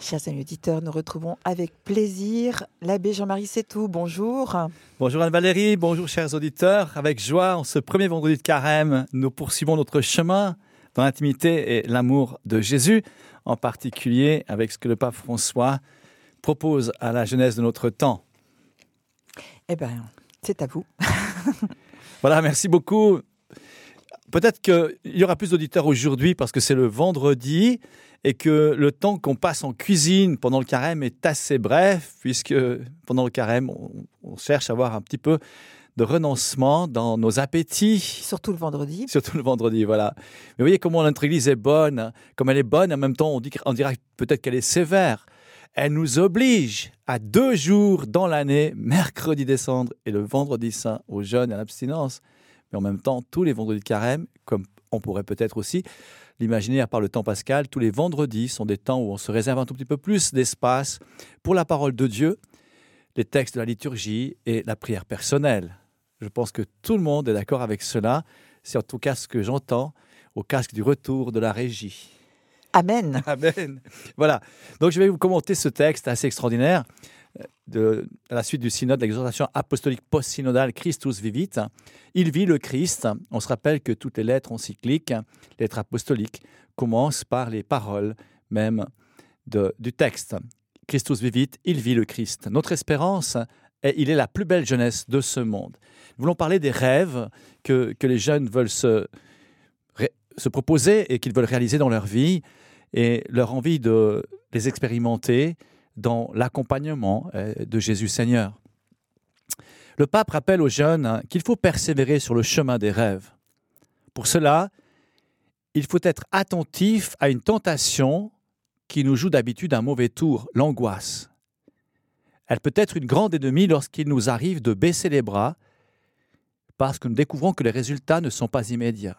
Chers amis auditeurs, nous retrouvons avec plaisir l'abbé Jean-Marie Sétou. Bonjour. Bonjour Anne-Valérie, bonjour chers auditeurs. Avec joie, en ce premier vendredi de carême, nous poursuivons notre chemin dans l'intimité et l'amour de Jésus, en particulier avec ce que le pape François propose à la jeunesse de notre temps. Eh bien, c'est à vous. Voilà, merci beaucoup. Peut-être qu'il y aura plus d'auditeurs aujourd'hui parce que c'est le vendredi et que le temps qu'on passe en cuisine pendant le carême est assez bref, puisque pendant le carême, on cherche à avoir un petit peu de renoncement dans nos appétits. Surtout le vendredi. Surtout le vendredi, voilà. Mais vous voyez comment notre Église est bonne. Comme elle est bonne, en même temps, on dirait peut-être qu'elle est sévère. Elle nous oblige à 2 jours dans l'année, mercredi des cendres et le vendredi saint, au jeûne et à l'abstinence. Mais en même temps, tous les vendredis de carême, comme on pourrait peut-être aussi l'imaginer à part le temps pascal, tous les vendredis sont des temps où on se réserve un tout petit peu plus d'espace pour la parole de Dieu, les textes de la liturgie et la prière personnelle. Je pense que tout le monde est d'accord avec cela. C'est en tout cas ce que j'entends au casque du retour de la régie. Amen. Amen. Voilà. Donc je vais vous commenter ce texte assez extraordinaire à la suite du synode de l'exhortation apostolique post-synodale Christus Vivit. Il vit le Christ. On se rappelle que toutes les lettres encycliques, lettres apostoliques, commencent par les paroles même du texte. Christus Vivit, il vit le Christ. Notre espérance, il est la plus belle jeunesse de ce monde. Nous voulons parler des rêves que les jeunes veulent se proposer et qu'ils veulent réaliser dans leur vie et leur envie de les expérimenter dans l'accompagnement de Jésus Seigneur. Le pape rappelle aux jeunes qu'il faut persévérer sur le chemin des rêves. Pour cela, il faut être attentif à une tentation qui nous joue d'habitude un mauvais tour, l'angoisse. Elle peut être une grande ennemie lorsqu'il nous arrive de baisser les bras parce que nous découvrons que les résultats ne sont pas immédiats.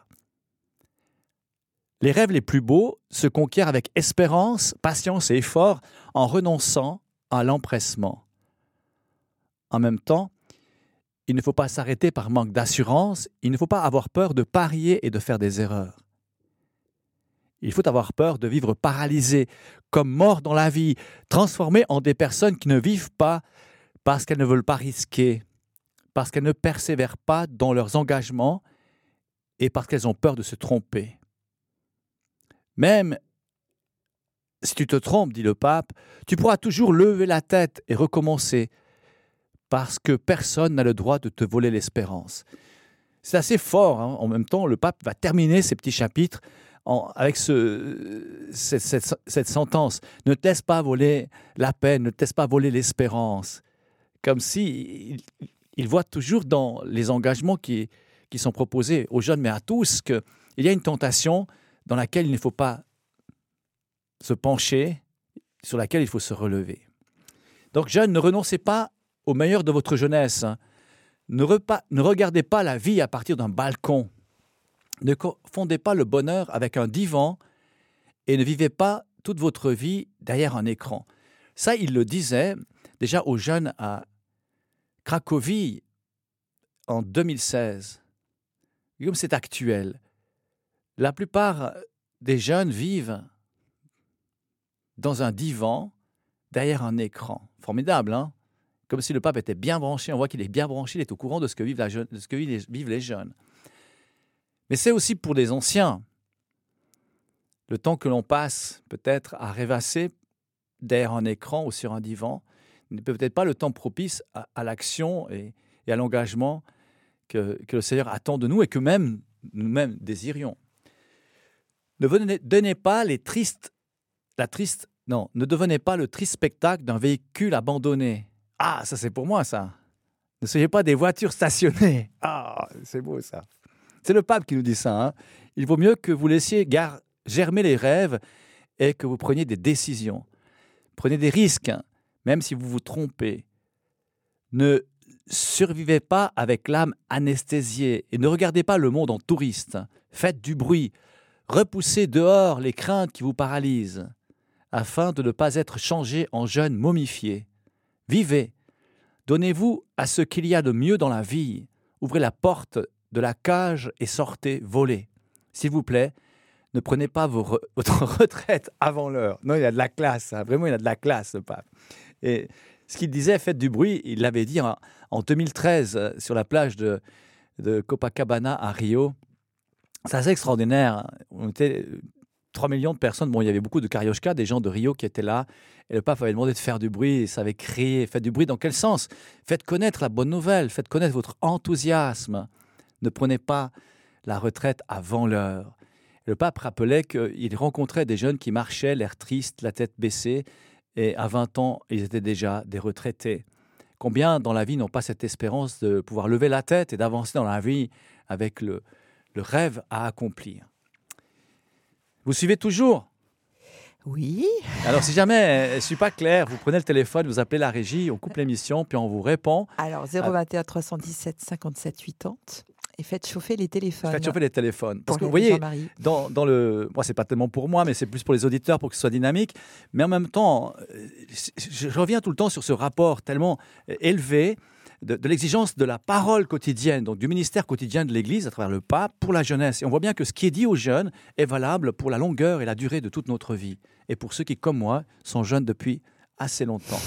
Les rêves les plus beaux se conquièrent avec espérance, patience et effort en renonçant à l'empressement. En même temps, il ne faut pas s'arrêter par manque d'assurance, il ne faut pas avoir peur de parier et de faire des erreurs. Il faut avoir peur de vivre paralysés, comme morts dans la vie, transformés en des personnes qui ne vivent pas parce qu'elles ne veulent pas risquer, parce qu'elles ne persévèrent pas dans leurs engagements et parce qu'elles ont peur de se tromper. Même si tu te trompes, dit le pape, tu pourras toujours lever la tête et recommencer parce que personne n'a le droit de te voler l'espérance. C'est assez fort. En même temps, le pape va terminer ces petits chapitres avec cette sentence. Ne te laisse pas voler la peine, ne te laisse pas voler l'espérance. Comme si il voit toujours dans les engagements qui sont proposés aux jeunes, mais à tous, qu'il y a une tentation dans laquelle il ne faut pas se pencher, sur laquelle il faut se relever. Donc, jeunes, ne renoncez pas au meilleur de votre jeunesse. Ne regardez pas la vie à partir d'un balcon. Ne confondez pas le bonheur avec un divan et ne vivez pas toute votre vie derrière un écran. Ça, il le disait déjà aux jeunes à Cracovie en 2016. Comme c'est actuel. La plupart des jeunes vivent dans un divan, derrière un écran. Formidable, hein? Comme si le pape était bien branché. On voit qu'il est bien branché, il est au courant de ce que vivent les jeunes. Mais c'est aussi pour les anciens. Le temps que l'on passe peut-être à rêvasser derrière un écran ou sur un divan n'est peut-être pas le temps propice à l'action et à l'engagement que le Seigneur attend de nous et que même nous-mêmes désirions. Ne devenez pas le triste spectacle d'un véhicule abandonné. Ah, ça c'est pour moi ça. Ne soyez pas des voitures stationnées. Ah, c'est beau ça. C'est le pape qui nous dit ça. Il vaut mieux que vous laissiez germer les rêves et que vous preniez des décisions. Prenez des risques, même si vous vous trompez. Ne survivez pas avec l'âme anesthésiée et ne regardez pas le monde en touriste. Faites du bruit. Repoussez dehors les craintes qui vous paralysent, afin de ne pas être changés en jeunes momifiés. Vivez, donnez-vous à ce qu'il y a de mieux dans la vie. Ouvrez la porte de la cage et sortez, volez. S'il vous plaît, ne prenez pas votre retraite avant l'heure. Non, il a de la classe, hein. Vraiment, il a de la classe, le pape. Et ce qu'il disait, faites du bruit, il l'avait dit en 2013 sur la plage de Copacabana à Rio. C'est assez extraordinaire, hein. On était 3 millions de personnes. Bon, il y avait beaucoup de Carioca, des gens de Rio qui étaient là. Et le pape avait demandé de faire du bruit, et ça avait crié. Faites du bruit dans quel sens? Faites connaître la bonne nouvelle, faites connaître votre enthousiasme. Ne prenez pas la retraite avant l'heure. Le pape rappelait qu'il rencontrait des jeunes qui marchaient, l'air triste, la tête baissée, et à 20 ans, ils étaient déjà des retraités. Combien dans la vie n'ont pas cette espérance de pouvoir lever la tête et d'avancer dans la vie avec le rêve à accomplir? Vous suivez toujours? Oui. Alors, si jamais je ne suis pas clair, vous prenez le téléphone, vous appelez la régie, on coupe l'émission, puis on vous répond. Alors, 021 317 57 80 et faites chauffer les téléphones. Faites chauffer les téléphones. Parce que vous Pour voyez, Jean-Marie. dans le... Moi, c'est pas tellement pour moi, mais c'est plus pour les auditeurs, pour que ce soit dynamique. Mais en même temps, je reviens tout le temps sur ce rapport tellement élevé de l'exigence de la parole quotidienne, donc du ministère quotidien de l'Église à travers le pape pour la jeunesse. Et on voit bien que ce qui est dit aux jeunes est valable pour la longueur et la durée de toute notre vie. Et pour ceux qui, comme moi, sont jeunes depuis assez longtemps.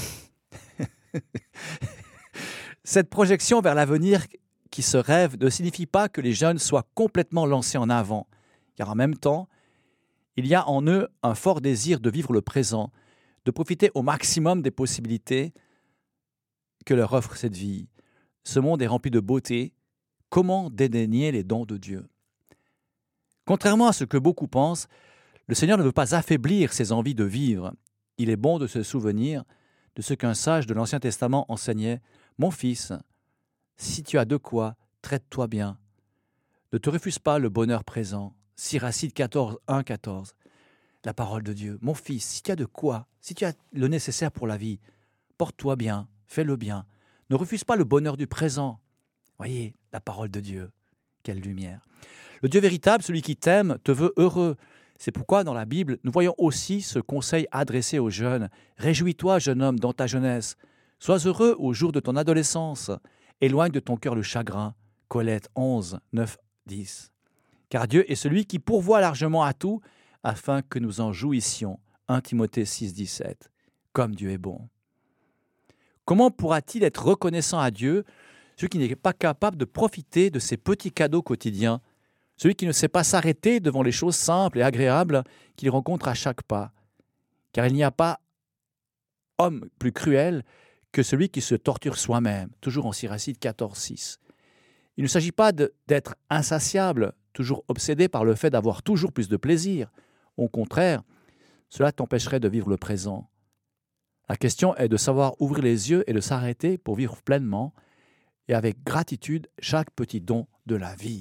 Cette projection vers l'avenir qui se rêve ne signifie pas que les jeunes soient complètement lancés en avant, car en même temps, il y a en eux un fort désir de vivre le présent, de profiter au maximum des possibilités que leur offre cette vie. Ce monde est rempli de beauté. Comment dédaigner les dons de Dieu? Contrairement à ce que beaucoup pensent, le Seigneur ne veut pas affaiblir ses envies de vivre. Il est bon de se souvenir de ce qu'un sage de l'Ancien Testament enseignait. « Mon fils, si tu as de quoi, traite-toi bien. Ne te refuse pas le bonheur présent. » Siracide 14, 1, 14. La parole de Dieu. « Mon fils, si tu as de quoi, si tu as le nécessaire pour la vie, porte-toi bien. Fais le bien. Ne refuse pas le bonheur du présent. » Voyez, la parole de Dieu. Quelle lumière. Le Dieu véritable, celui qui t'aime, te veut heureux. C'est pourquoi, dans la Bible, nous voyons aussi ce conseil adressé aux jeunes. « Réjouis-toi, jeune homme, dans ta jeunesse. Sois heureux au jour de ton adolescence. Éloigne de ton cœur le chagrin. » Colette 11, 9, 10. Car Dieu est celui qui pourvoit largement à tout, afin que nous en jouissions. 1 Timothée 6, 17. Comme Dieu est bon. Comment pourra-t-il être reconnaissant à Dieu, celui qui n'est pas capable de profiter de ses petits cadeaux quotidiens, celui qui ne sait pas s'arrêter devant les choses simples et agréables qu'il rencontre à chaque pas? Car il n'y a pas homme plus cruel que celui qui se torture soi-même, toujours en Siracide 14, 6. Il ne s'agit pas d'être insatiable, toujours obsédé par le fait d'avoir toujours plus de plaisir. Au contraire, cela t'empêcherait de vivre le présent. La question est de savoir ouvrir les yeux et de s'arrêter pour vivre pleinement et avec gratitude chaque petit don de la vie.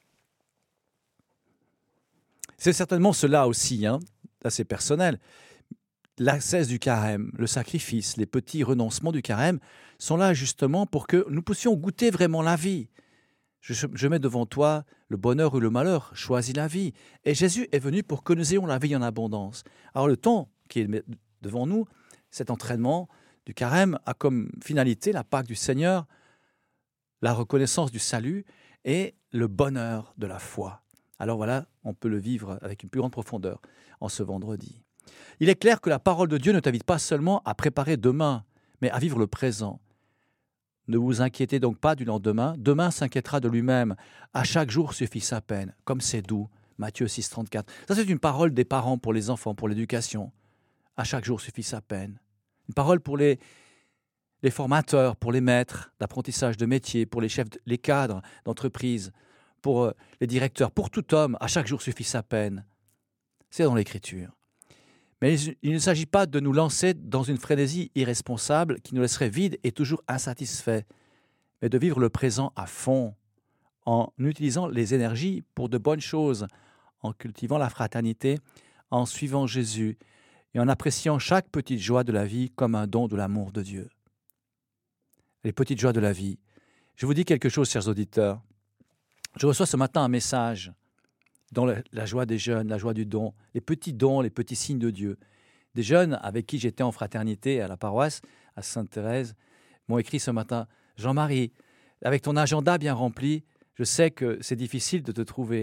C'est certainement cela aussi, assez personnel. L'ascèse du carême, le sacrifice, les petits renoncements du carême sont là justement pour que nous puissions goûter vraiment la vie. Je mets devant toi le bonheur ou le malheur, choisis la vie. Et Jésus est venu pour que nous ayons la vie en abondance. Alors le temps qui est devant nous, cet entraînement du carême a comme finalité la Pâque du Seigneur, la reconnaissance du salut et le bonheur de la foi. Alors voilà, on peut le vivre avec une plus grande profondeur en ce vendredi. Il est clair que la parole de Dieu ne t'invite pas seulement à préparer demain, mais à vivre le présent. Ne vous inquiétez donc pas du lendemain, demain s'inquiétera de lui-même. À chaque jour suffit sa peine, comme c'est doux. Matthieu 6, 34. Ça, c'est une parole des parents pour les enfants, pour l'éducation. À chaque jour suffit sa peine. Une parole pour les formateurs, pour les maîtres d'apprentissage de métier, pour les chefs, les cadres d'entreprise, pour les directeurs, pour tout homme. À chaque jour suffit sa peine. C'est dans l'Écriture. Mais il ne s'agit pas de nous lancer dans une frénésie irresponsable qui nous laisserait vides et toujours insatisfaits, mais de vivre le présent à fond, en utilisant les énergies pour de bonnes choses, en cultivant la fraternité, en suivant Jésus et en appréciant chaque petite joie de la vie comme un don de l'amour de Dieu. Les petites joies de la vie. Je vous dis quelque chose, chers auditeurs. Je reçois ce matin un message dans la joie des jeunes, la joie du don, les petits signes de Dieu. Des jeunes avec qui j'étais en fraternité à la paroisse, à Sainte-Thérèse, m'ont écrit ce matin « Jean-Marie, avec ton agenda bien rempli, je sais que c'est difficile de te trouver,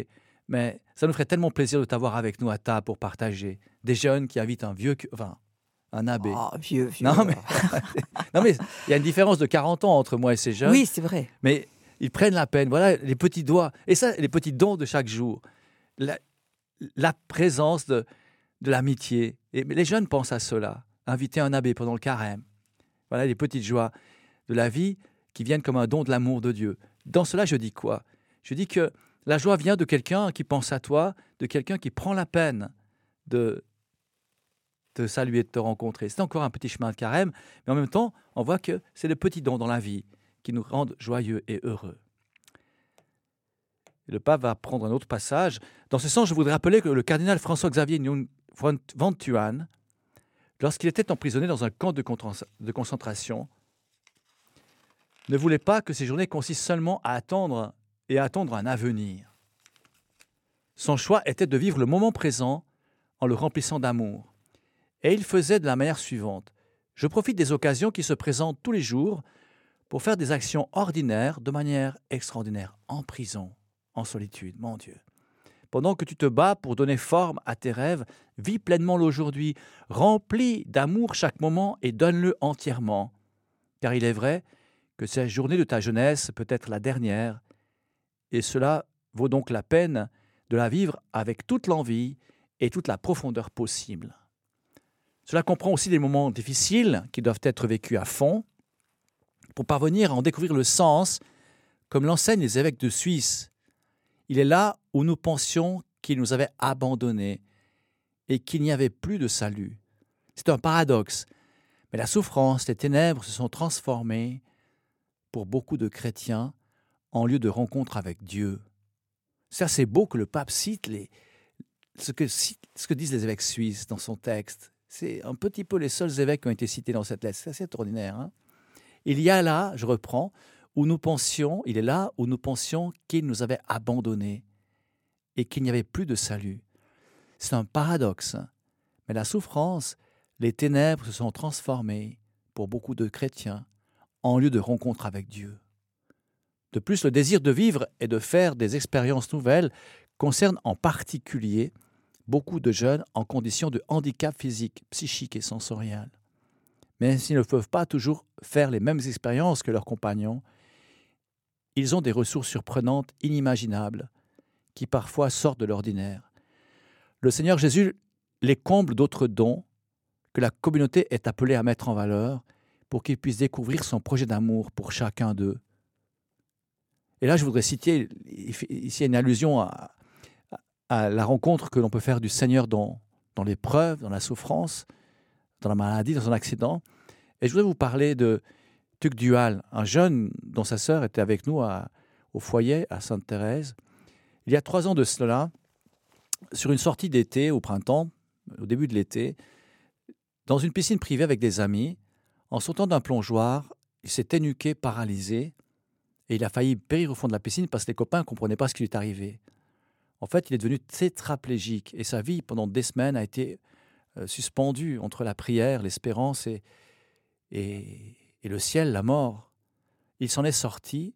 mais ça nous ferait tellement plaisir de t'avoir avec nous à table pour partager. Des jeunes qui invitent un abbé. Oh, vieux. Non, mais il y a une différence de 40 ans entre moi et ces jeunes. Oui, c'est vrai. Mais ils prennent la peine. Voilà, les petits doigts. Et ça, les petits dons de chaque jour. La présence de l'amitié. Et les jeunes pensent à cela. Inviter un abbé pendant le carême. Voilà les petites joies de la vie qui viennent comme un don de l'amour de Dieu. Dans cela, je dis quoi? Je dis que la joie vient de quelqu'un qui pense à toi, de quelqu'un qui prend la peine de te saluer, de te rencontrer. C'est encore un petit chemin de carême, mais en même temps, on voit que c'est les petits dons dans la vie qui nous rendent joyeux et heureux. Et le pape va prendre un autre passage. Dans ce sens, je voudrais rappeler que le cardinal François-Xavier Van Thuan, lorsqu'il était emprisonné dans un camp de concentration, ne voulait pas que ses journées consistent seulement à attendre un avenir. Son choix était de vivre le moment présent en le remplissant d'amour. Et il faisait de la manière suivante. Je profite des occasions qui se présentent tous les jours pour faire des actions ordinaires de manière extraordinaire, en prison, en solitude, mon Dieu. Pendant que tu te bats pour donner forme à tes rêves, vis pleinement l'aujourd'hui, remplis d'amour chaque moment et donne-le entièrement. Car il est vrai que cette journée de ta jeunesse peut être la dernière, et cela vaut donc la peine de la vivre avec toute l'envie et toute la profondeur possible. Cela comprend aussi des moments difficiles qui doivent être vécus à fond pour parvenir à en découvrir le sens, comme l'enseignent les évêques de Suisse. Il est là où nous pensions qu'il nous avait abandonnés et qu'il n'y avait plus de salut. C'est un paradoxe, mais la souffrance, les ténèbres se sont transformées pour beaucoup de chrétiens en lieu de rencontre avec Dieu. Ça, c'est beau que le pape cite ce que disent les évêques suisses dans son texte. C'est un petit peu les seuls évêques qui ont été cités dans cette lettre. C'est assez extraordinaire. Hein? Il y a là, je reprends, il est là où nous pensions qu'il nous avait abandonnés et qu'il n'y avait plus de salut. C'est un paradoxe. Mais la souffrance, les ténèbres se sont transformées pour beaucoup de chrétiens en lieu de rencontre avec Dieu. De plus, le désir de vivre et de faire des expériences nouvelles concerne en particulier beaucoup de jeunes en condition de handicap physique, psychique et sensoriel. Mais s'ils ne peuvent pas toujours faire les mêmes expériences que leurs compagnons, ils ont des ressources surprenantes, inimaginables, qui parfois sortent de l'ordinaire. Le Seigneur Jésus les comble d'autres dons que la communauté est appelée à mettre en valeur pour qu'ils puissent découvrir son projet d'amour pour chacun d'eux. Et là, je voudrais citer ici une allusion à la rencontre que l'on peut faire du Seigneur dans l'épreuve, dans la souffrance, dans la maladie, dans un accident. Et je voudrais vous parler de Tuc Dual, un jeune dont sa sœur était avec nous au foyer à Sainte-Thérèse. Il y a 3 ans de cela, sur une sortie d'été au printemps, au début de l'été, dans une piscine privée avec des amis, en sautant d'un plongeoir, il s'est énuqué, paralysé, et il a failli périr au fond de la piscine parce que les copains ne comprenaient pas ce qui lui est arrivé. En fait, il est devenu tétraplégique et sa vie, pendant des semaines, a été suspendue entre la prière, l'espérance et le ciel, la mort. Il s'en est sorti.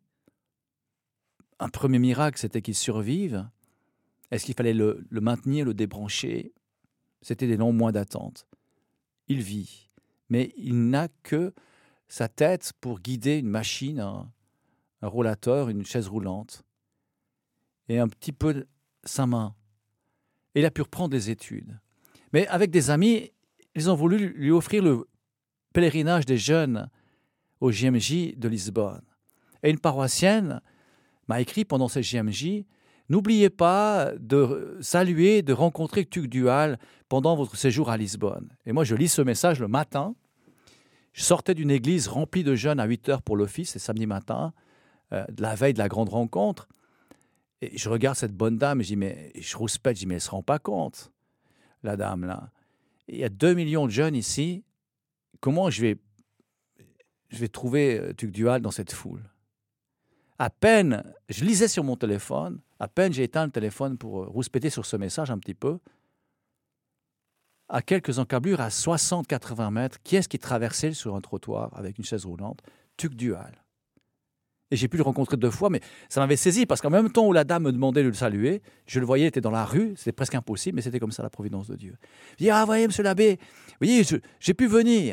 Un premier miracle, c'était qu'il survive. Est-ce qu'il fallait le maintenir, le débrancher? C'était des longs mois d'attente. Il vit, mais il n'a que sa tête pour guider une machine, un rollateur, une chaise roulante, et un petit peu sa main. Et il a pu reprendre des études. Mais avec des amis, ils ont voulu lui offrir le pèlerinage des jeunes au JMJ de Lisbonne. Et une paroissienne m'a écrit pendant ce JMJ: n'oubliez pas de saluer, de rencontrer Tuc Dual pendant votre séjour à Lisbonne. Et moi, je lis ce message le matin. Je sortais d'une église remplie de jeunes à 8h pour l'office, c'est samedi matin, de la veille de la grande rencontre. Et je regarde cette bonne dame, et je rouspète, je dis, mais elle ne se rend pas compte, la dame là. Et il y a 2 millions de jeunes ici. Comment je vais trouver Tuc Dual dans cette foule? À peine, je lisais sur mon téléphone, à peine j'ai éteint le téléphone pour rouspéter sur ce message un petit peu, à quelques encablures, à 60-80 mètres, qui est-ce qui traversait sur un trottoir avec une chaise roulante? Tuc Dual. Et j'ai pu le rencontrer 2 fois, mais ça m'avait saisi parce qu'en même temps où la dame me demandait de le saluer, je le voyais, il était dans la rue, c'était presque impossible, mais c'était comme ça la providence de Dieu. Je dis, ah, voyez, monsieur l'abbé, voyez, j'ai pu venir.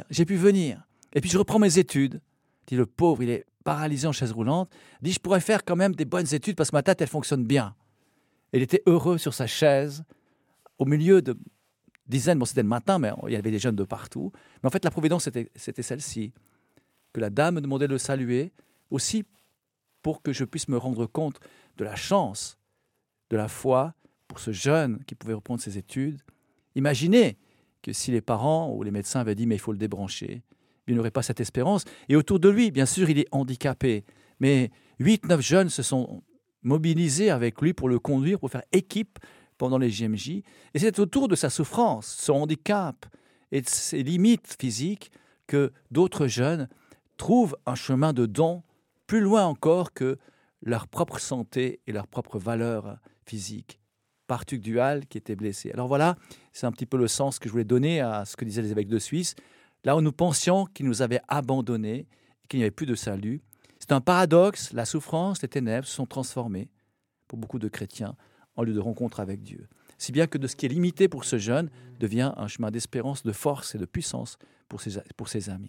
Et puis je reprends mes études. Je dis, le pauvre, il est paralysé en chaise roulante. Je dis, je pourrais faire quand même des bonnes études parce que ma tête, elle fonctionne bien. Et il était heureux sur sa chaise, au milieu de dizaines, bon, c'était le matin, mais il y avait des jeunes de partout. Mais en fait, la providence, c'était celle-ci, que la dame me demandait de le saluer, aussi pour que je puisse me rendre compte de la chance, de la foi pour ce jeune qui pouvait reprendre ses études. Imaginez que si les parents ou les médecins avaient dit « mais il faut le débrancher », il n'aurait pas cette espérance. Et autour de lui, bien sûr, il est handicapé. Mais 8-9 jeunes se sont mobilisés avec lui pour le conduire, pour faire équipe pendant les JMJ. Et c'est autour de sa souffrance, son handicap et de ses limites physiques que d'autres jeunes trouvent un chemin de don plus loin encore que leur propre santé et leur propre valeur physique. Partuc Duhal qui était blessé. Alors voilà, c'est un petit peu le sens que je voulais donner à ce que disaient les évêques de Suisse. Là où nous pensions qu'ils nous avaient abandonnés, qu'il n'y avait plus de salut. C'est un paradoxe, la souffrance, les ténèbres se sont transformées pour beaucoup de chrétiens en lieu de rencontre avec Dieu. Si bien que de ce qui est limité pour ce jeune devient un chemin d'espérance, de force et de puissance pour ses amis.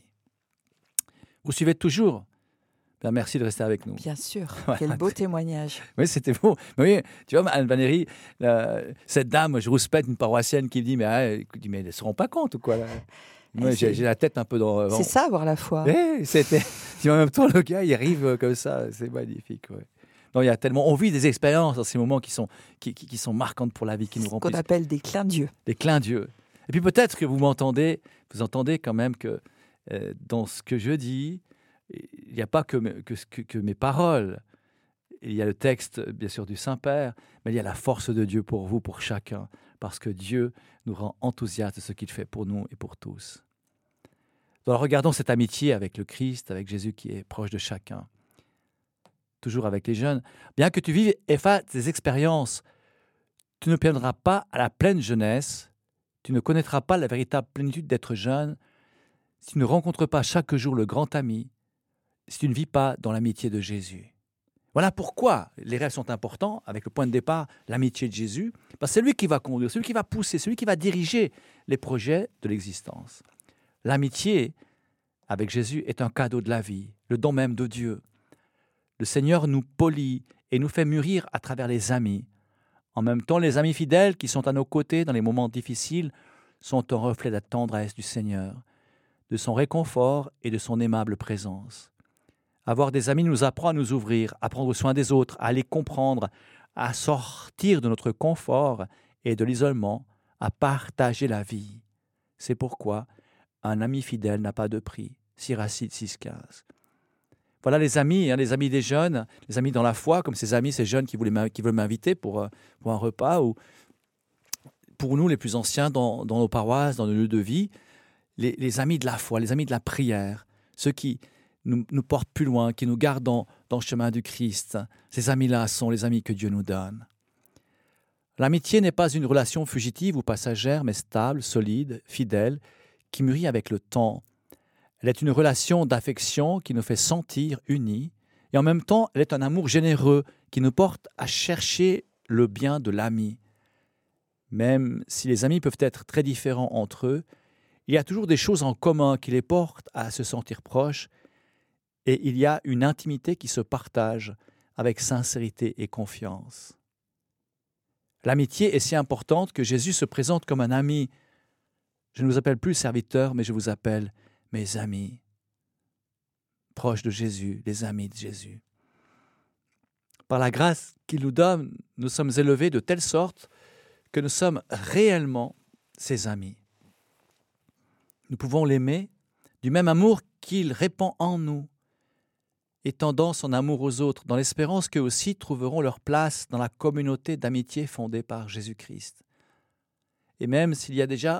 Vous suivez toujours? Ben, merci de rester avec nous. Bien sûr, Voilà. quel beau témoignage. Oui, c'était beau. Oui, tu vois, Anne Valérie, cette dame, je rouspète, une paroissienne qui me dit, mais elles ne se rendent pas compte ou quoi là. Moi, j'ai la tête un peu dans... C'est ça, avoir la foi. Oui, c'était... En même temps, le gars, il arrive comme ça, c'est magnifique. Ouais. Non, il y a tellement... On vit des expériences dans ces moments qui sont marquantes pour la vie, qui nous remplissent. Ce qu'on appelle des clins d'yeux. Des clins d'yeux. Et puis peut-être que vous entendez quand même que dans ce que je dis, il n'y a pas que mes paroles. Il y a le texte, bien sûr, du Saint-Père, mais il y a la force de Dieu pour vous, pour chacun, parce que Dieu nous rend enthousiastes de ce qu'il fait pour nous et pour tous. Alors regardons cette amitié avec le Christ, avec Jésus qui est proche de chacun. Toujours avec les jeunes. Bien que tu vives et fasses des expériences, tu ne parviendras pas à la pleine jeunesse, tu ne connaîtras pas la véritable plénitude d'être jeune, si tu ne rencontres pas chaque jour le grand ami, si tu ne vis pas dans l'amitié de Jésus. Voilà pourquoi les rêves sont importants, avec le point de départ, l'amitié de Jésus, parce que c'est lui qui va conduire, c'est lui qui va pousser, c'est lui qui va diriger les projets de l'existence. L'amitié avec Jésus est un cadeau de la vie, le don même de Dieu. Le Seigneur nous polit et nous fait mûrir à travers les amis. En même temps, les amis fidèles qui sont à nos côtés dans les moments difficiles sont un reflet de la tendresse du Seigneur, de son réconfort et de son aimable présence. Avoir des amis nous apprend à nous ouvrir, à prendre soin des autres, à les comprendre, à sortir de notre confort et de l'isolement, à partager la vie. C'est pourquoi un ami fidèle n'a pas de prix. Siracide 6,15. Voilà les amis des jeunes, les amis dans la foi, comme ces amis, ces jeunes qui veulent m'inviter pour un repas, ou pour nous les plus anciens dans nos paroisses, dans nos lieux de vie, les amis de la foi, les amis de la prière, ceux qui nous portent plus loin, qui nous gardent dans le chemin du Christ. Ces amis-là sont les amis que Dieu nous donne. L'amitié n'est pas une relation fugitive ou passagère, mais stable, solide, fidèle, qui mûrit avec le temps. Elle est une relation d'affection qui nous fait sentir unis, et en même temps, elle est un amour généreux qui nous porte à chercher le bien de l'ami. Même si les amis peuvent être très différents entre eux, il y a toujours des choses en commun qui les portent à se sentir proches, et il y a une intimité qui se partage avec sincérité et confiance. L'amitié est si importante que Jésus se présente comme un ami. Je ne vous appelle plus serviteurs, mais je vous appelle mes amis. Proches de Jésus, les amis de Jésus. Par la grâce qu'il nous donne, nous sommes élevés de telle sorte que nous sommes réellement ses amis. Nous pouvons l'aimer du même amour qu'il répand en nous, étendant son amour aux autres, dans l'espérance qu'eux aussi trouveront leur place dans la communauté d'amitié fondée par Jésus-Christ. Et même s'il y a déjà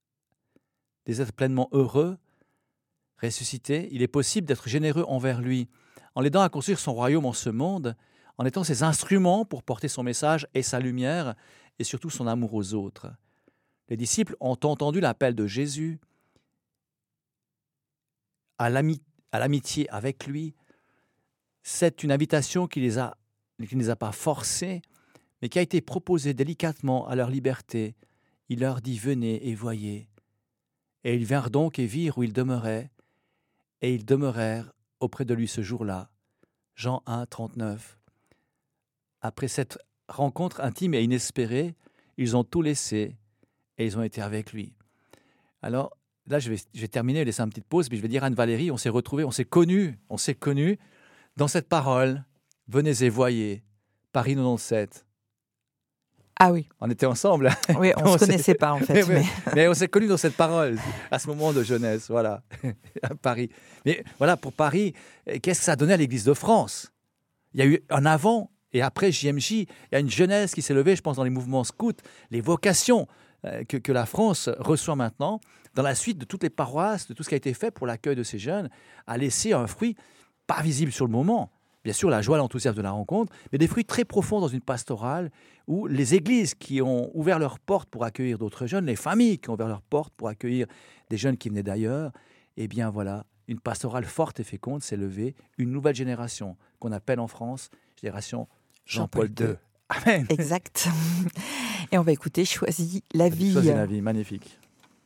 des êtres pleinement heureux, ressuscités, il est possible d'être généreux envers lui, en l'aidant à construire son royaume en ce monde, en étant ses instruments pour porter son message et sa lumière, et surtout son amour aux autres. Les disciples ont entendu l'appel de Jésus à l'amitié avec lui. C'est une invitation qui ne les a pas forcés, mais qui a été proposée délicatement à leur liberté. Il leur dit « Venez et voyez ». Et ils vinrent donc et virent où il demeurait, et ils demeurèrent auprès de lui ce jour-là. Jean 1, 39. Après cette rencontre intime et inespérée, ils ont tout laissé et ils ont été avec lui. Alors là, je vais terminer, laisser une petite pause, mais je vais dire à Anne-Valérie, on s'est retrouvés, on s'est connus dans cette parole. Venez et voyez, Paris 97. Ah oui. On était ensemble. Oui, on ne se connaissait pas en fait. Mais on s'est connus dans cette parole, à ce moment de jeunesse, voilà, à Paris. Mais voilà, pour Paris, qu'est-ce que ça a donné à l'Église de France? Il y a eu un avant et après JMJ. Il y a une jeunesse qui s'est levée, je pense, dans les mouvements scouts, les vocations que la France reçoit maintenant, dans la suite de toutes les paroisses, de tout ce qui a été fait pour l'accueil de ces jeunes, a laissé un fruit pas visible sur le moment. Bien sûr, la joie, l'enthousiasme de la rencontre, mais des fruits très profonds dans une pastorale où les églises qui ont ouvert leurs portes pour accueillir d'autres jeunes, les familles qui ont ouvert leurs portes pour accueillir des jeunes qui venaient d'ailleurs, eh bien voilà, une pastorale forte et féconde s'est levée, une nouvelle génération qu'on appelle en France, génération Jean-Paul II. Amen. Exact. Et on va écouter Choisis la vie. Choisis la vie, magnifique.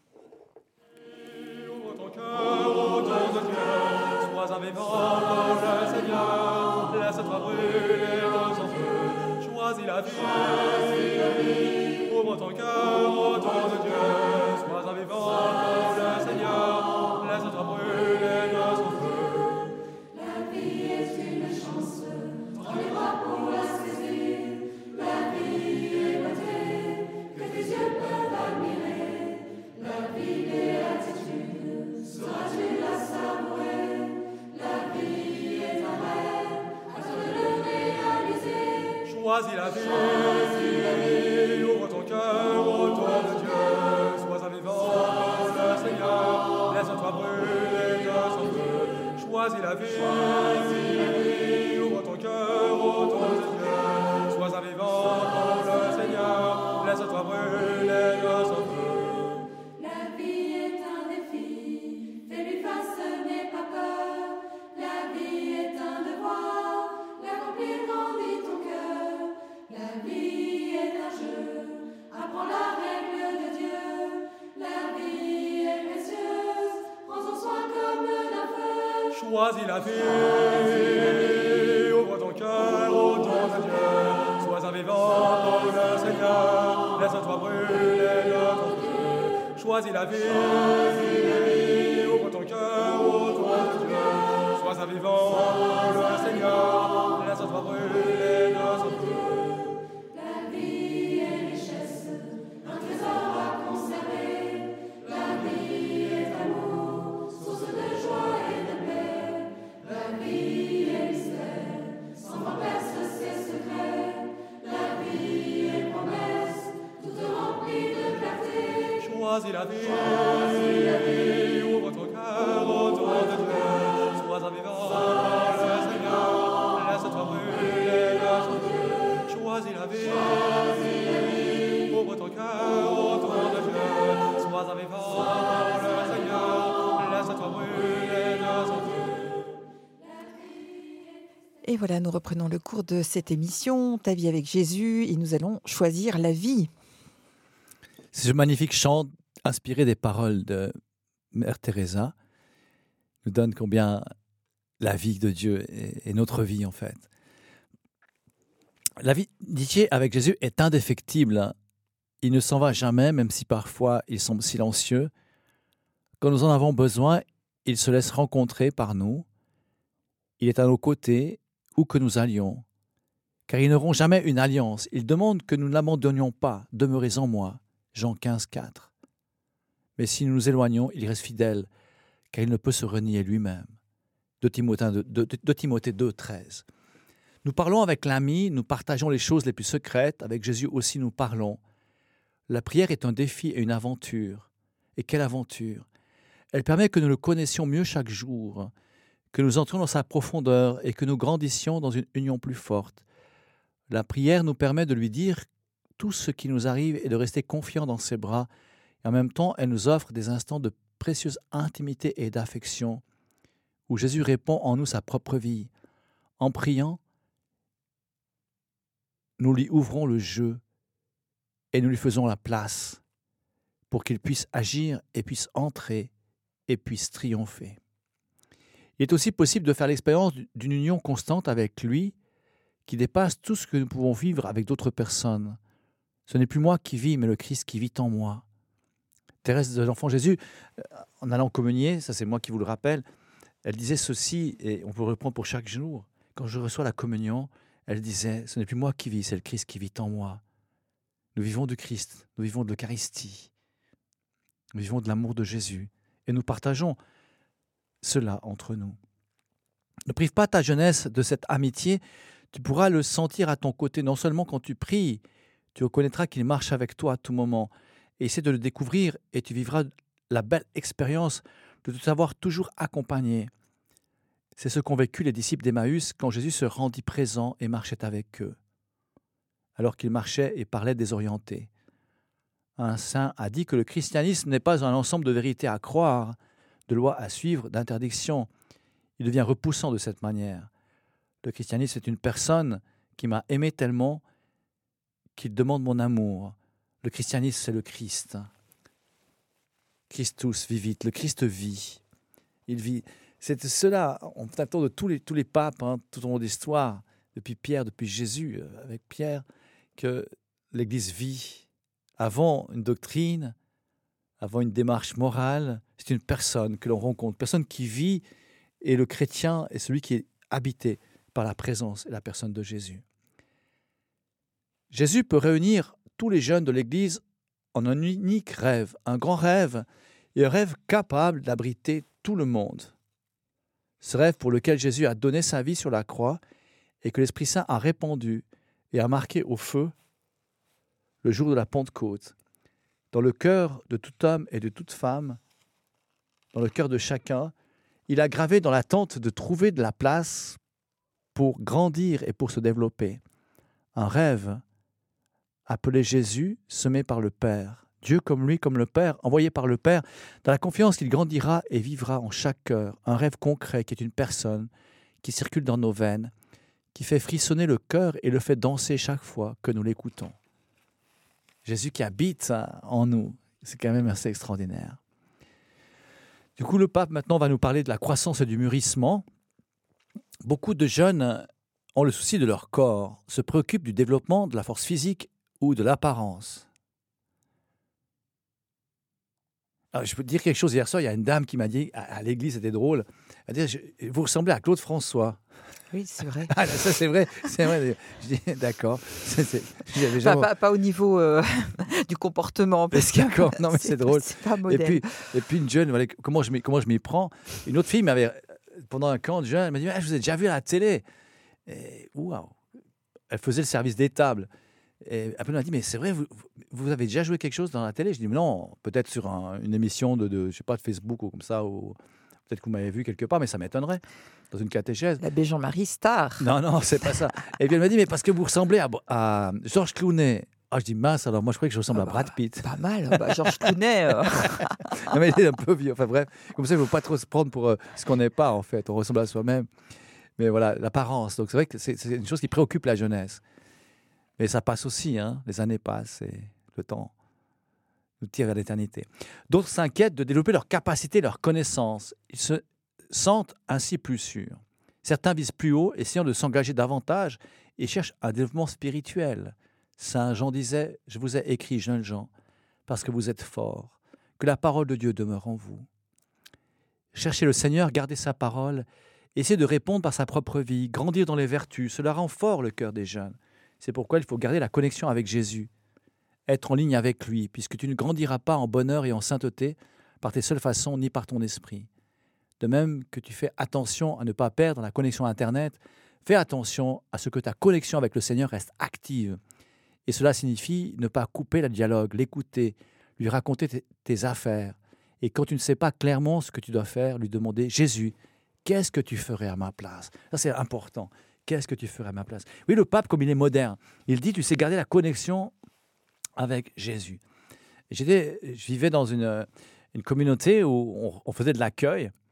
Ouvre ton cœur au don de Dieu, sois un vivant pour le Seigneur, laisse-toi brûler dans son feu, choisis la vie. Ouvre ton cœur au don de Dieu, sois un vivant pour le Seigneur, laisse-toi brûler dans son feu. La vie est une chance, tends les bras pour la saisir. La vie est beauté, que tes yeux peuvent admirer. La vie béatitude, sauras-tu la savourer? La vie est un rêve, attends de le réaliser. Choisis la vie, ouvre ton cœur au don de Dieu, sois un vivant pour le Seigneur, laisse-toi brûler de son feu. Choisis la vie, ouvre ton cœur au don de Dieu, sois un vivant pour le Seigneur, laisse-toi brûler de son feu. La vie est un défi, fais-lui face, n'aie pas peur. La vie est un devoir, l'accomplir grandit ton cœur. La vie est un jeu, apprends la règle de Dieu. La vie est précieuse, prends-en soin comme d'un feu. Choisis la vie, ouvre ton cœur au don de Dieu, sois un vivant pour le Seigneur, laisse-toi brûler de ton feu. Choisis la vie, ouvre ton cœur au don de Dieu, sois un vivant pour le Seigneur, laisse-toi brûler de son feu. La vie est richesse, un trésor à conserver. La vie est amour, source de joie et de paix. La vie est mystère, sans voir perce ses secrets. La vie est promesse, toute remplie de clarté. Choisis la vie, ouvre ton cœur au don de Dieu, sois un vivant pour le Seigneur, laisse-toi brûler de son feu. Choisis la vie, ouvre ton cœur au don de Dieu, sois un vivant pour le Seigneur, laisse-toi brûler de son feu. Et voilà, nous reprenons le cours de cette émission, Ta vie avec Jésus, et nous allons choisir la vie. Ce magnifique chant inspiré des paroles de Mère Teresa nous donne combien la vie de Dieu est notre vie en fait. La vie d'Iché avec Jésus est indéfectible. Il ne s'en va jamais, même si parfois il semble silencieux. Quand nous en avons besoin, il se laisse rencontrer par nous. Il est à nos côtés, où que nous allions. Car ils n'auront jamais une alliance. Il demande que nous ne l'abandonnions pas. Demeurez en moi. Jean 15, 4. Mais si nous nous éloignons, il reste fidèle, car il ne peut se renier lui-même. De Timothée 2, 13. Nous parlons avec l'ami, nous partageons les choses les plus secrètes, avec Jésus aussi nous parlons. La prière est un défi et une aventure. Et quelle aventure! Elle permet que nous le connaissions mieux chaque jour, que nous entrions dans sa profondeur et que nous grandissions dans une union plus forte. La prière nous permet de lui dire tout ce qui nous arrive et de rester confiants dans ses bras. Et en même temps, elle nous offre des instants de précieuse intimité et d'affection, où Jésus répand en nous sa propre vie, En priant, nous lui ouvrons le jeu et nous lui faisons la place pour qu'il puisse agir et puisse entrer et puisse triompher. Il est aussi possible de faire l'expérience d'une union constante avec lui qui dépasse tout ce que nous pouvons vivre avec d'autres personnes. Ce n'est plus moi qui vis, mais le Christ qui vit en moi. Thérèse de l'Enfant Jésus, en allant communier, ça c'est moi qui vous le rappelle, elle disait ceci, et on peut le reprendre pour chaque jour. Quand je reçois la communion, elle disait, ce n'est plus moi qui vis, c'est le Christ qui vit en moi. Nous vivons du Christ, nous vivons de l'Eucharistie, nous vivons de l'amour de Jésus, et nous partageons cela entre nous. Ne prive pas ta jeunesse de cette amitié, tu pourras le sentir à ton côté, non seulement quand tu pries, tu reconnaîtras qu'il marche avec toi à tout moment, et essaie de le découvrir, et tu vivras la belle expérience de te savoir toujours accompagné. C'est ce qu'ont vécu les disciples d'Emmaüs quand Jésus se rendit présent et marchait avec eux, alors qu'il marchait et parlait désorienté. Un saint a dit que le christianisme n'est pas un ensemble de vérités à croire, de lois à suivre, d'interdictions. Il devient repoussant de cette manière. Le christianisme est une personne qui m'a aimé tellement qu'il demande mon amour. Le christianisme, c'est le Christ. Christus vivit, le Christ vit. Il vit. C'est cela, on attend de tous les papes, tout au long de l'histoire, depuis Pierre, depuis Jésus, avec Pierre, que l'Église vit. Avant une doctrine, avant une démarche morale, c'est une personne que l'on rencontre, personne qui vit, et le chrétien est celui qui est habité par la présence et la personne de Jésus. Jésus peut réunir tous les jeunes de l'Église en un unique rêve, un grand rêve, et un rêve capable d'abriter tout le monde. Ce rêve pour lequel Jésus a donné sa vie sur la croix et que l'Esprit Saint a répandu et a marqué au feu le jour de la Pentecôte, dans le cœur de tout homme et de toute femme, dans le cœur de chacun, il a gravé dans l'attente de trouver de la place pour grandir et pour se développer. Un rêve appelé Jésus, semé par le Père. Dieu comme lui, comme le Père, envoyé par le Père, dans la confiance qu'il grandira et vivra en chaque cœur. Un rêve concret qui est une personne qui circule dans nos veines, qui fait frissonner le cœur et le fait danser chaque fois que nous l'écoutons. Jésus qui habite en nous, c'est quand même assez extraordinaire. Du coup, le pape maintenant va nous parler de la croissance et du mûrissement. Beaucoup de jeunes ont le souci de leur corps, se préoccupent du développement de la force physique ou de l'apparence. Alors, je peux te dire quelque chose. Hier soir, il y a une dame qui m'a dit, à l'église, c'était drôle, elle a dit, vous ressemblez à Claude François. Oui, c'est vrai. Ah, ça, c'est vrai. Je dis, d'accord. Pas au niveau du comportement. Parce que non, mais c'est drôle. C'est pas modèle. Et puis une jeune, voilà, comment je m'y prends. Une autre fille m'avait, pendant un camp de jeunes, elle m'a dit, je vous ai déjà vu à la télé. Et waouh. Elle faisait le service des tables. Et après, elle m'a dit, mais c'est vrai, vous avez déjà joué quelque chose dans la télé? Je dis, mais non, peut-être sur une émission de je sais pas, de Facebook ou comme ça, ou peut-être que vous m'avez vu quelque part, mais ça m'étonnerait, dans une catéchèse. L'abbé Jean-Marie Star. Non, c'est pas ça. Et puis elle m'a dit, mais parce que vous ressemblez à Georges Clooney. Ah, je dis, mince, alors moi je croyais que je ressemble à Brad Pitt. Pas mal, Georges Clooney. Non, mais il est un peu vieux, enfin bref, comme ça il ne faut pas trop se prendre pour ce qu'on n'est pas en fait, on ressemble à soi-même. Mais voilà, l'apparence, donc c'est vrai que c'est une chose qui préoccupe la jeunesse. Mais ça passe aussi, les années passent et le temps nous tire vers l'éternité. D'autres s'inquiètent de développer leur capacité, leur connaissance. Ils se sentent ainsi plus sûrs. Certains visent plus haut, essayant de s'engager davantage et cherchent un développement spirituel. Saint Jean disait, « Je vous ai écrit, jeunes gens, parce que vous êtes forts, que la parole de Dieu demeure en vous. » Cherchez le Seigneur, gardez sa parole, essayez de répondre par sa propre vie, grandir dans les vertus. Cela rend fort le cœur des jeunes. C'est pourquoi il faut garder la connexion avec Jésus, être en ligne avec lui, puisque tu ne grandiras pas en bonheur et en sainteté par tes seules façons ni par ton esprit. De même que tu fais attention à ne pas perdre la connexion à Internet, fais attention à ce que ta connexion avec le Seigneur reste active. Et cela signifie ne pas couper le dialogue, l'écouter, lui raconter tes affaires. Et quand tu ne sais pas clairement ce que tu dois faire, lui demander « Jésus, qu'est-ce que tu ferais à ma place ?» Ça, c'est important. Qu'est-ce que tu ferais à ma place? Oui, le pape, comme il est moderne, il dit, tu sais garder la connexion avec Jésus. Je vivais dans une communauté où on faisait de l'accueil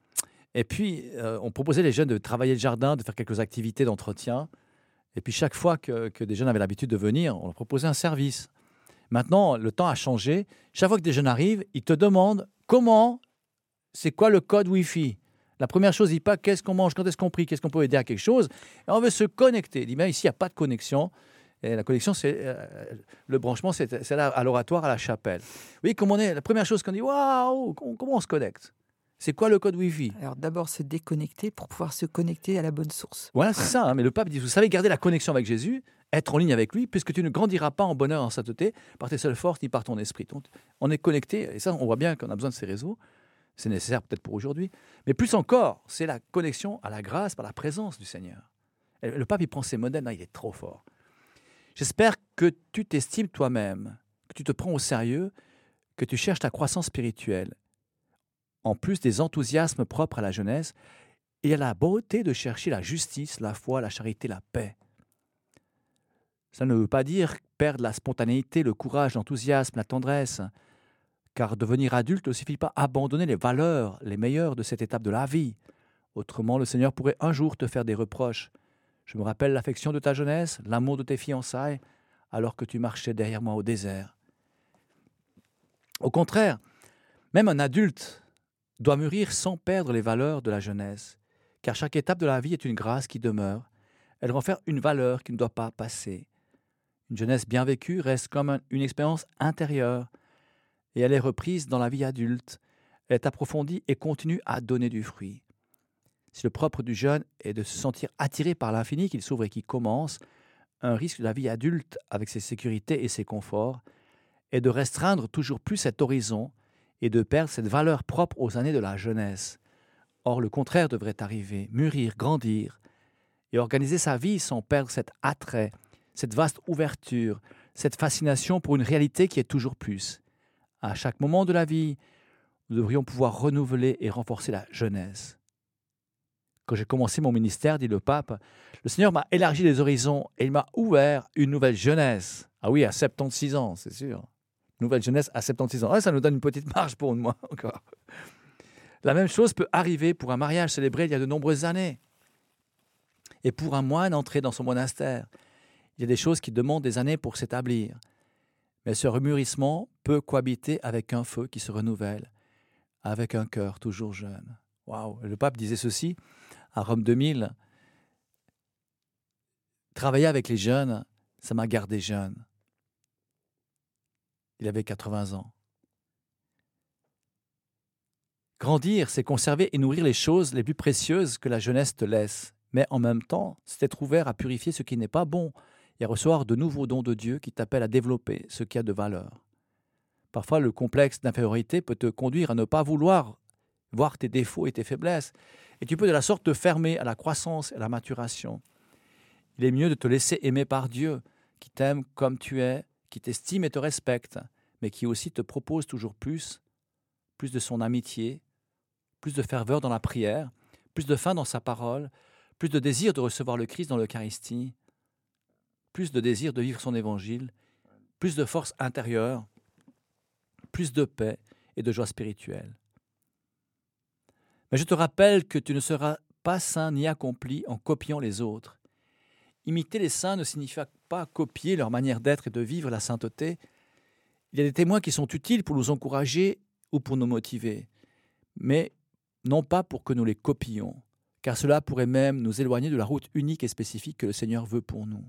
Et puis, on proposait les jeunes de travailler le jardin, de faire quelques activités d'entretien. Et puis, chaque fois que des jeunes avaient l'habitude de venir, on leur proposait un service. Maintenant, le temps a changé. Chaque fois que des jeunes arrivent, ils te demandent c'est quoi le code Wi-Fi. La première chose, ils disent pas qu'est-ce qu'on mange, quand est-ce qu'on prie, qu'est-ce qu'on peut aider à quelque chose. Et on veut se connecter. Il dit, mais ici, il n'y a pas de connexion. Et la connexion, c'est le branchement, c'est là à l'oratoire, à la chapelle. Oui, comme la première chose qu'on dit, waouh, comment on se connecte? C'est quoi le code Wi-Fi? Alors d'abord se déconnecter pour pouvoir se connecter à la bonne source. Voilà, c'est ça. Mais le pape dit, vous savez garder la connexion avec Jésus, être en ligne avec lui, puisque tu ne grandiras pas en bonheur, en sainteté, par tes seules forces, ni par ton esprit. Donc, on est connecté, et ça, on voit bien qu'on a besoin de ces réseaux. C'est nécessaire peut-être pour aujourd'hui. Mais plus encore, c'est la connexion à la grâce par la présence du Seigneur. Et le pape, il prend ces modèles, il est trop fort. J'espère que tu t'estimes toi-même, que tu te prends au sérieux, que tu cherches ta croissance spirituelle, en plus des enthousiasmes propres à la jeunesse, et à la beauté de chercher la justice, la foi, la charité, la paix. Ça ne veut pas dire perdre la spontanéité, le courage, l'enthousiasme, la tendresse, car devenir adulte ne suffit pas à abandonner les valeurs, les meilleures de cette étape de la vie. Autrement, le Seigneur pourrait un jour te faire des reproches. Je me rappelle l'affection de ta jeunesse, l'amour de tes fiançailles, alors que tu marchais derrière moi au désert. Au contraire, même un adulte doit mûrir sans perdre les valeurs de la jeunesse, car chaque étape de la vie est une grâce qui demeure. Elle renferme une valeur qui ne doit pas passer. Une jeunesse bien vécue reste comme une expérience intérieure, et elle est reprise dans la vie adulte. Elle est approfondie et continue à donner du fruit. Si le propre du jeune est de se sentir attiré par l'infini qu'il s'ouvre et qui commence, un risque de la vie adulte avec ses sécurités et ses conforts est de restreindre toujours plus cet horizon et de perdre cette valeur propre aux années de la jeunesse. Or, le contraire devrait arriver, mûrir, grandir et organiser sa vie sans perdre cet attrait, cette vaste ouverture, cette fascination pour une réalité qui est toujours plus. À chaque moment de la vie, nous devrions pouvoir renouveler et renforcer la jeunesse. Quand j'ai commencé mon ministère, dit le pape, le Seigneur m'a élargi les horizons et il m'a ouvert une nouvelle jeunesse. Ah oui, à 76 ans, c'est sûr. Nouvelle jeunesse à 76 ans. Ah, ça nous donne une petite marge pour moi encore. La même chose peut arriver pour un mariage célébré il y a de nombreuses années. Et pour un moine entré dans son monastère. Il y a des choses qui demandent des années pour s'établir. Mais ce remûrissement peut cohabiter avec un feu qui se renouvelle, avec un cœur toujours jeune. Waouh! Le pape disait ceci à Rome 2000. Travailler avec les jeunes, ça m'a gardé jeune. Il avait 80 ans. Grandir, c'est conserver et nourrir les choses les plus précieuses que la jeunesse te laisse. Mais en même temps, c'est être ouvert à purifier ce qui n'est pas bon et à recevoir de nouveaux dons de Dieu qui t'appellent à développer ce qui a de valeur. Parfois, le complexe d'infériorité peut te conduire à ne pas vouloir voir tes défauts et tes faiblesses. Et tu peux de la sorte te fermer à la croissance et à la maturation. Il est mieux de te laisser aimer par Dieu, qui t'aime comme tu es, qui t'estime et te respecte, mais qui aussi te propose toujours plus de son amitié, plus de ferveur dans la prière, plus de faim dans sa parole, plus de désir de recevoir le Christ dans l'Eucharistie, plus de désir de vivre son évangile, plus de force intérieure, plus de paix et de joie spirituelle. Mais je te rappelle que tu ne seras pas saint ni accompli en copiant les autres. Imiter les saints ne signifie pas copier leur manière d'être et de vivre la sainteté. Il y a des témoins qui sont utiles pour nous encourager ou pour nous motiver, mais non pas pour que nous les copions, car cela pourrait même nous éloigner de la route unique et spécifique que le Seigneur veut pour nous.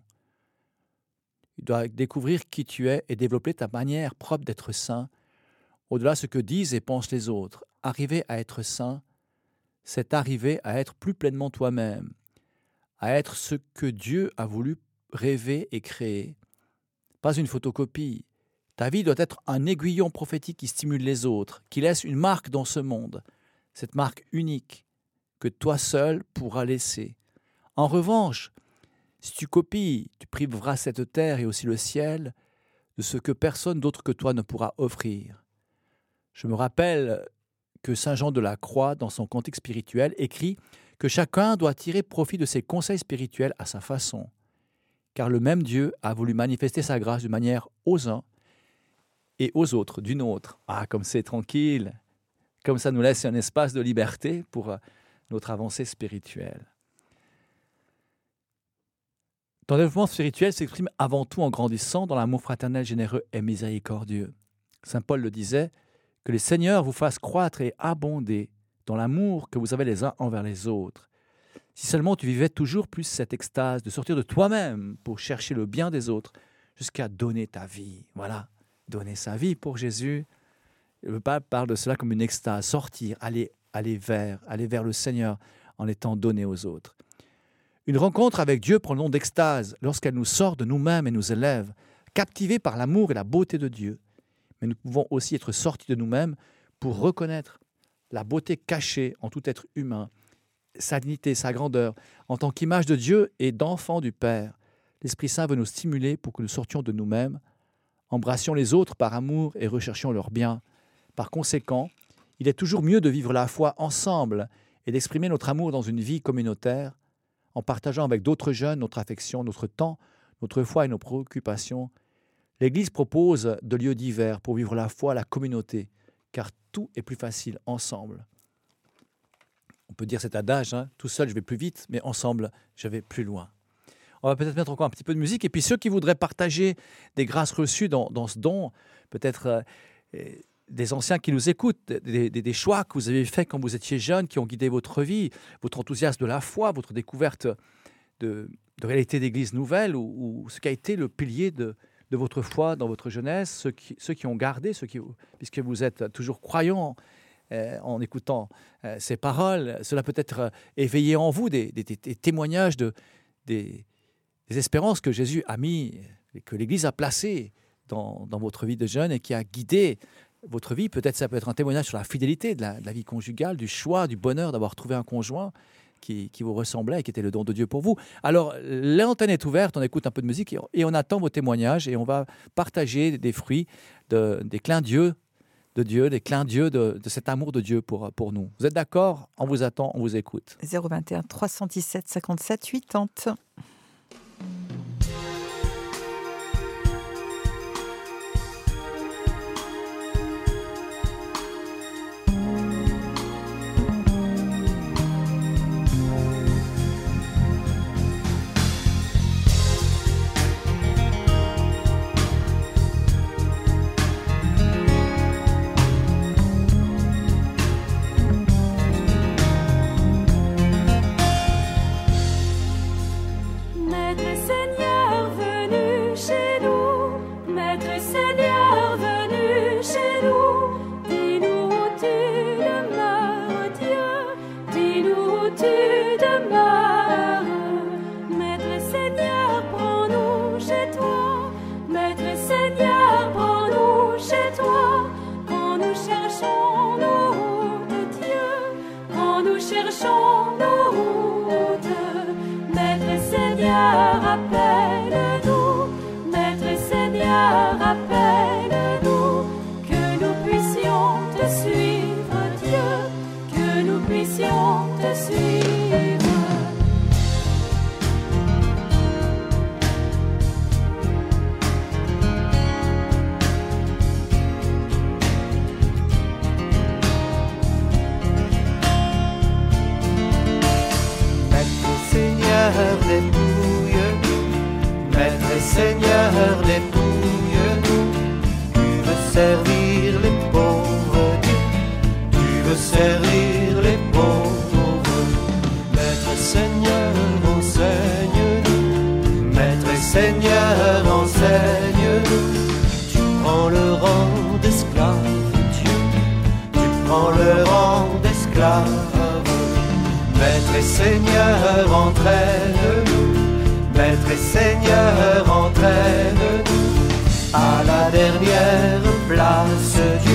Tu dois découvrir qui tu es et développer ta manière propre d'être saint, au-delà de ce que disent et pensent les autres. Arriver à être saint, c'est arriver à être plus pleinement toi-même, à être ce que Dieu a voulu rêver et créer. Pas une photocopie. Ta vie doit être un aiguillon prophétique qui stimule les autres, qui laisse une marque dans ce monde, cette marque unique que toi seul pourras laisser. En revanche, si tu copies, tu priveras cette terre et aussi le ciel de ce que personne d'autre que toi ne pourra offrir. Je me rappelle que saint Jean de la Croix, dans son cantique spirituel, écrit que chacun doit tirer profit de ses conseils spirituels à sa façon, car le même Dieu a voulu manifester sa grâce d'une manière aux uns et aux autres d'une autre. Ah, comme c'est tranquille, comme ça nous laisse un espace de liberté pour notre avancée spirituelle. Ton développement spirituel s'exprime avant tout en grandissant dans l'amour fraternel, généreux et miséricordieux. Saint Paul le disait, « Que le Seigneur vous fasse croître et abonder dans l'amour que vous avez les uns envers les autres. » Si seulement tu vivais toujours plus cette extase de sortir de toi-même pour chercher le bien des autres jusqu'à donner ta vie. Voilà, donner sa vie pour Jésus. Le pape parle de cela comme une extase, sortir, aller vers le Seigneur en étant donné aux autres. Une rencontre avec Dieu prend le nom d'extase lorsqu'elle nous sort de nous-mêmes et nous élève, captivés par l'amour et la beauté de Dieu. Mais nous pouvons aussi être sortis de nous-mêmes pour reconnaître la beauté cachée en tout être humain, sa dignité, sa grandeur, en tant qu'image de Dieu et d'enfant du Père. L'Esprit Saint veut nous stimuler pour que nous sortions de nous-mêmes, embrassions les autres par amour et recherchions leur bien. Par conséquent, il est toujours mieux de vivre la foi ensemble et d'exprimer notre amour dans une vie communautaire, en partageant avec d'autres jeunes notre affection, notre temps, notre foi et nos préoccupations. L'Église propose de lieux divers pour vivre la foi, la communauté, car tout est plus facile ensemble. On peut dire cet adage, tout seul je vais plus vite, mais ensemble je vais plus loin. On va peut-être mettre encore un petit peu de musique, et puis ceux qui voudraient partager des grâces reçues dans ce don, peut-être des anciens qui nous écoutent, des choix que vous avez faits quand vous étiez jeune, qui ont guidé votre vie, votre enthousiasme de la foi, votre découverte de réalité d'église nouvelle, ou ce qui a été le pilier de votre foi dans votre jeunesse, ceux qui ont gardé, puisque vous êtes toujours croyants en écoutant ces paroles, cela peut être éveillé en vous des témoignages des espérances que Jésus a mis, que l'Église a placées dans votre vie de jeune et qui a guidé votre vie. Peut-être ça peut être un témoignage sur la fidélité de la vie conjugale, du choix, du bonheur d'avoir trouvé un conjoint qui vous ressemblait et qui était le don de Dieu pour vous. Alors, l'antenne est ouverte, on écoute un peu de musique et on attend vos témoignages et on va partager des fruits, des clins d'yeux de Dieu, des clins d'yeux de cet amour de Dieu pour nous. Vous êtes d'accord? On vous attend, on vous écoute. 021 317 57 80. Seigneur, dépouille-nous. Tu veux servir les pauvres, tu veux servir les pauvres. Maître Seigneur, enseigne-nous. Maître Seigneur, enseigne-nous. Tu prends le rang d'esclave, Dieu. Tu prends le rang d'esclave. Maître Seigneur, entraîne-nous. Maître et Seigneur, entraîne-nous à la dernière place, Dieu,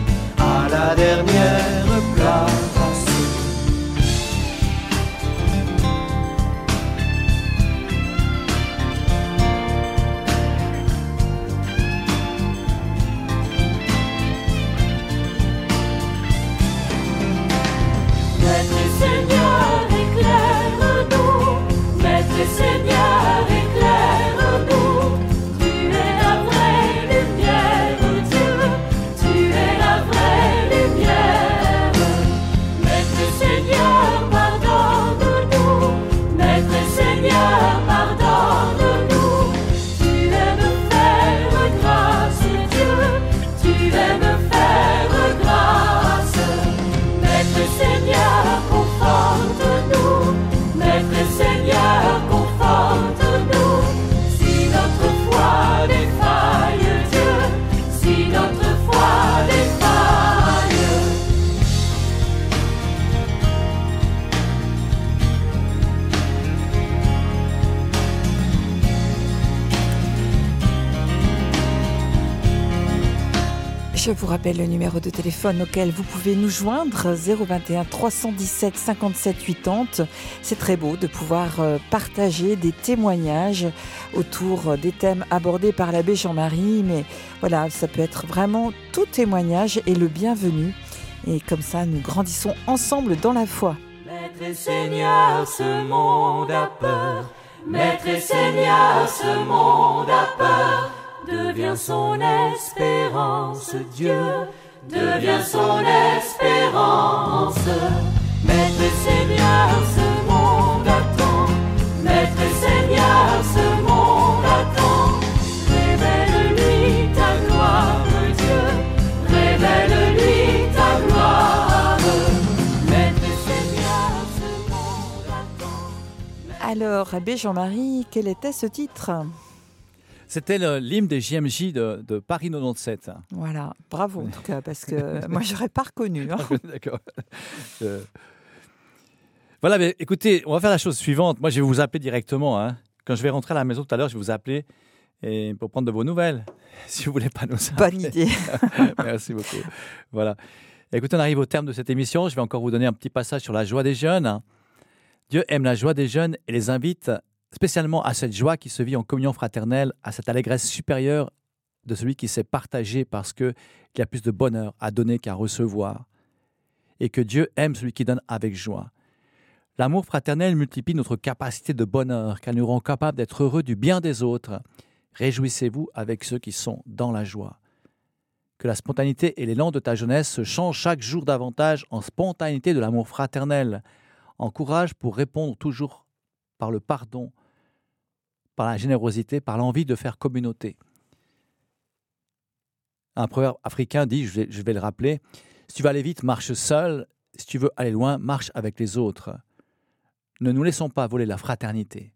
à la dernière place. Maître Seigneur, éclaire-nous. Maître Seigneur, éclaire-nous. Tu es la vraie lumière, Dieu. Tu es la vraie lumière. Maître Seigneur, Je vous rappelle le numéro de téléphone auquel vous pouvez nous joindre, 021 317 57 80. C'est très beau de pouvoir partager des témoignages autour des thèmes abordés par l'abbé Jean-Marie, mais voilà, ça peut être vraiment tout témoignage est le bienvenu. Et comme ça, nous grandissons ensemble dans la foi. Maître et Seigneur, ce monde a peur. Maître et Seigneur, ce monde a peur. Devient son espérance, Dieu, devient son espérance. Maître et Seigneur, ce monde attend. Maître et Seigneur, ce monde attend. Révèle-lui ta gloire, Dieu, révèle-lui ta gloire. Maître et Seigneur, ce monde attend. Alors, abbé Jean-Marie, quel était ce titre ? C'était l'hymne des JMJ de Paris 97. Voilà, bravo en tout cas, parce que moi, je n'aurais pas reconnu. Hein. D'accord. Voilà, mais écoutez, on va faire la chose suivante. Moi, je vais vous appeler directement. Hein. Quand je vais rentrer à la maison tout à l'heure, je vais vous appeler pour prendre de vos nouvelles, si vous ne voulez pas nous appeler. Bonne idée. Merci beaucoup. Voilà. Écoutez, on arrive au terme de cette émission. Je vais encore vous donner un petit passage sur la joie des jeunes. Dieu aime la joie des jeunes et les invite spécialement à cette joie qui se vit en communion fraternelle, à cette allégresse supérieure de celui qui sait partager parce qu'il y a plus de bonheur à donner qu'à recevoir. Et que Dieu aime celui qui donne avec joie. L'amour fraternel multiplie notre capacité de bonheur, car nous rend capables d'être heureux du bien des autres. Réjouissez-vous avec ceux qui sont dans la joie. Que la spontanéité et l'élan de ta jeunesse se changent chaque jour davantage en spontanéité de l'amour fraternel, en courage pour répondre toujours par le pardon, par la générosité, par l'envie de faire communauté. Un proverbe africain dit, je vais le rappeler, si tu veux aller vite, marche seul, si tu veux aller loin, marche avec les autres. Ne nous laissons pas voler la fraternité.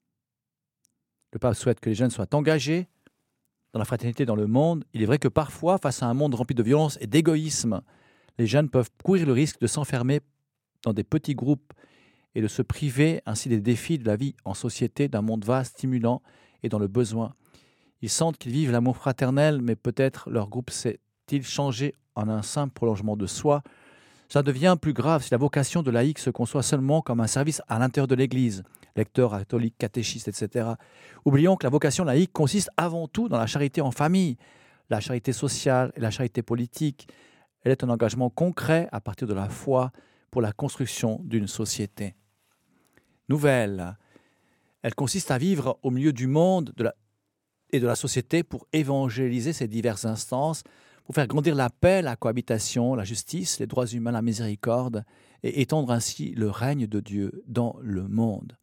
Le pape souhaite que les jeunes soient engagés dans la fraternité dans le monde. Il est vrai que parfois, face à un monde rempli de violence et d'égoïsme, les jeunes peuvent courir le risque de s'enfermer dans des petits groupes et de se priver ainsi des défis de la vie en société, d'un monde vaste, stimulant et dans le besoin. Ils sentent qu'ils vivent l'amour fraternel, mais peut-être leur groupe s'est-il changé en un simple prolongement de soi. Ça devient plus grave si la vocation de laïc se conçoit seulement comme un service à l'intérieur de l'Église, lecteur, catholique, catéchiste, etc. Oublions que la vocation laïque consiste avant tout dans la charité en famille, la charité sociale et la charité politique. Elle est un engagement concret à partir de la foi pour la construction d'une société nouvelle. Elle consiste à vivre au milieu du monde et de la société pour évangéliser ces diverses instances, pour faire grandir la paix, la cohabitation, la justice, les droits humains, la miséricorde, et étendre ainsi le règne de Dieu dans le monde.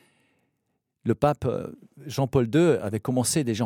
Le pape Jean-Paul II avait commencé déjà en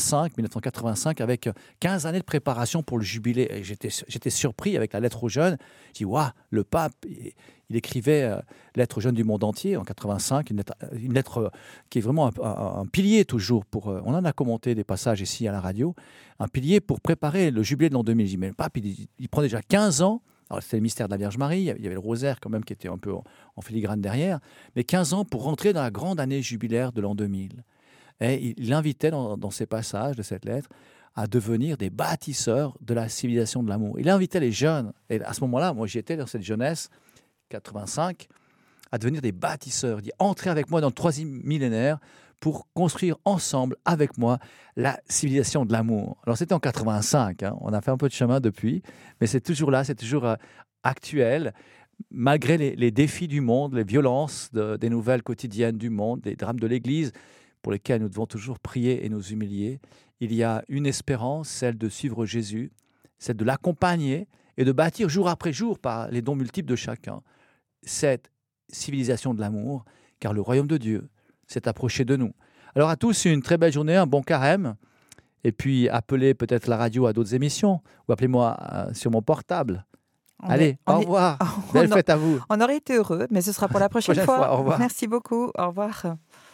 1985, avec 15 années de préparation pour le jubilé. Et j'étais surpris avec la lettre aux jeunes. Je dis, waouh, le pape, il écrivait lettre aux jeunes du monde entier en 85, une lettre qui est vraiment un pilier toujours. On en a commenté des passages ici à la radio, un pilier pour préparer le jubilé de l'an 2000. Je dis, mais le pape, il prend déjà 15 ans. Alors, c'était le mystère de la Vierge Marie, il y avait le rosaire quand même qui était un peu en filigrane derrière, mais 15 ans pour rentrer dans la grande année jubilaire de l'an 2000. Et il invitait dans ces passages de cette lettre à devenir des bâtisseurs de la civilisation de l'amour. Il invitait les jeunes, et à ce moment-là, moi j'y étais dans cette jeunesse, 85, à devenir des bâtisseurs. Il dit, entrez avec moi dans le 3e millénaire pour construire ensemble, avec moi, la civilisation de l'amour. Alors, c'était en 85, hein, on a fait un peu de chemin depuis, mais c'est toujours là, c'est toujours actuel, malgré les défis du monde, les violences des nouvelles quotidiennes du monde, des drames de l'Église, pour lesquels nous devons toujours prier et nous humilier. Il y a une espérance, celle de suivre Jésus, celle de l'accompagner et de bâtir jour après jour, par les dons multiples de chacun, cette civilisation de l'amour, car le royaume de Dieu s'est approché de nous. Alors à tous, une très belle journée, un bon carême, et puis appelez peut-être la radio à d'autres émissions, ou appelez-moi sur mon portable. Allez, au revoir. Belle fête à vous. On aurait été heureux, mais ce sera pour la prochaine fois. Au revoir. Merci beaucoup. Au revoir.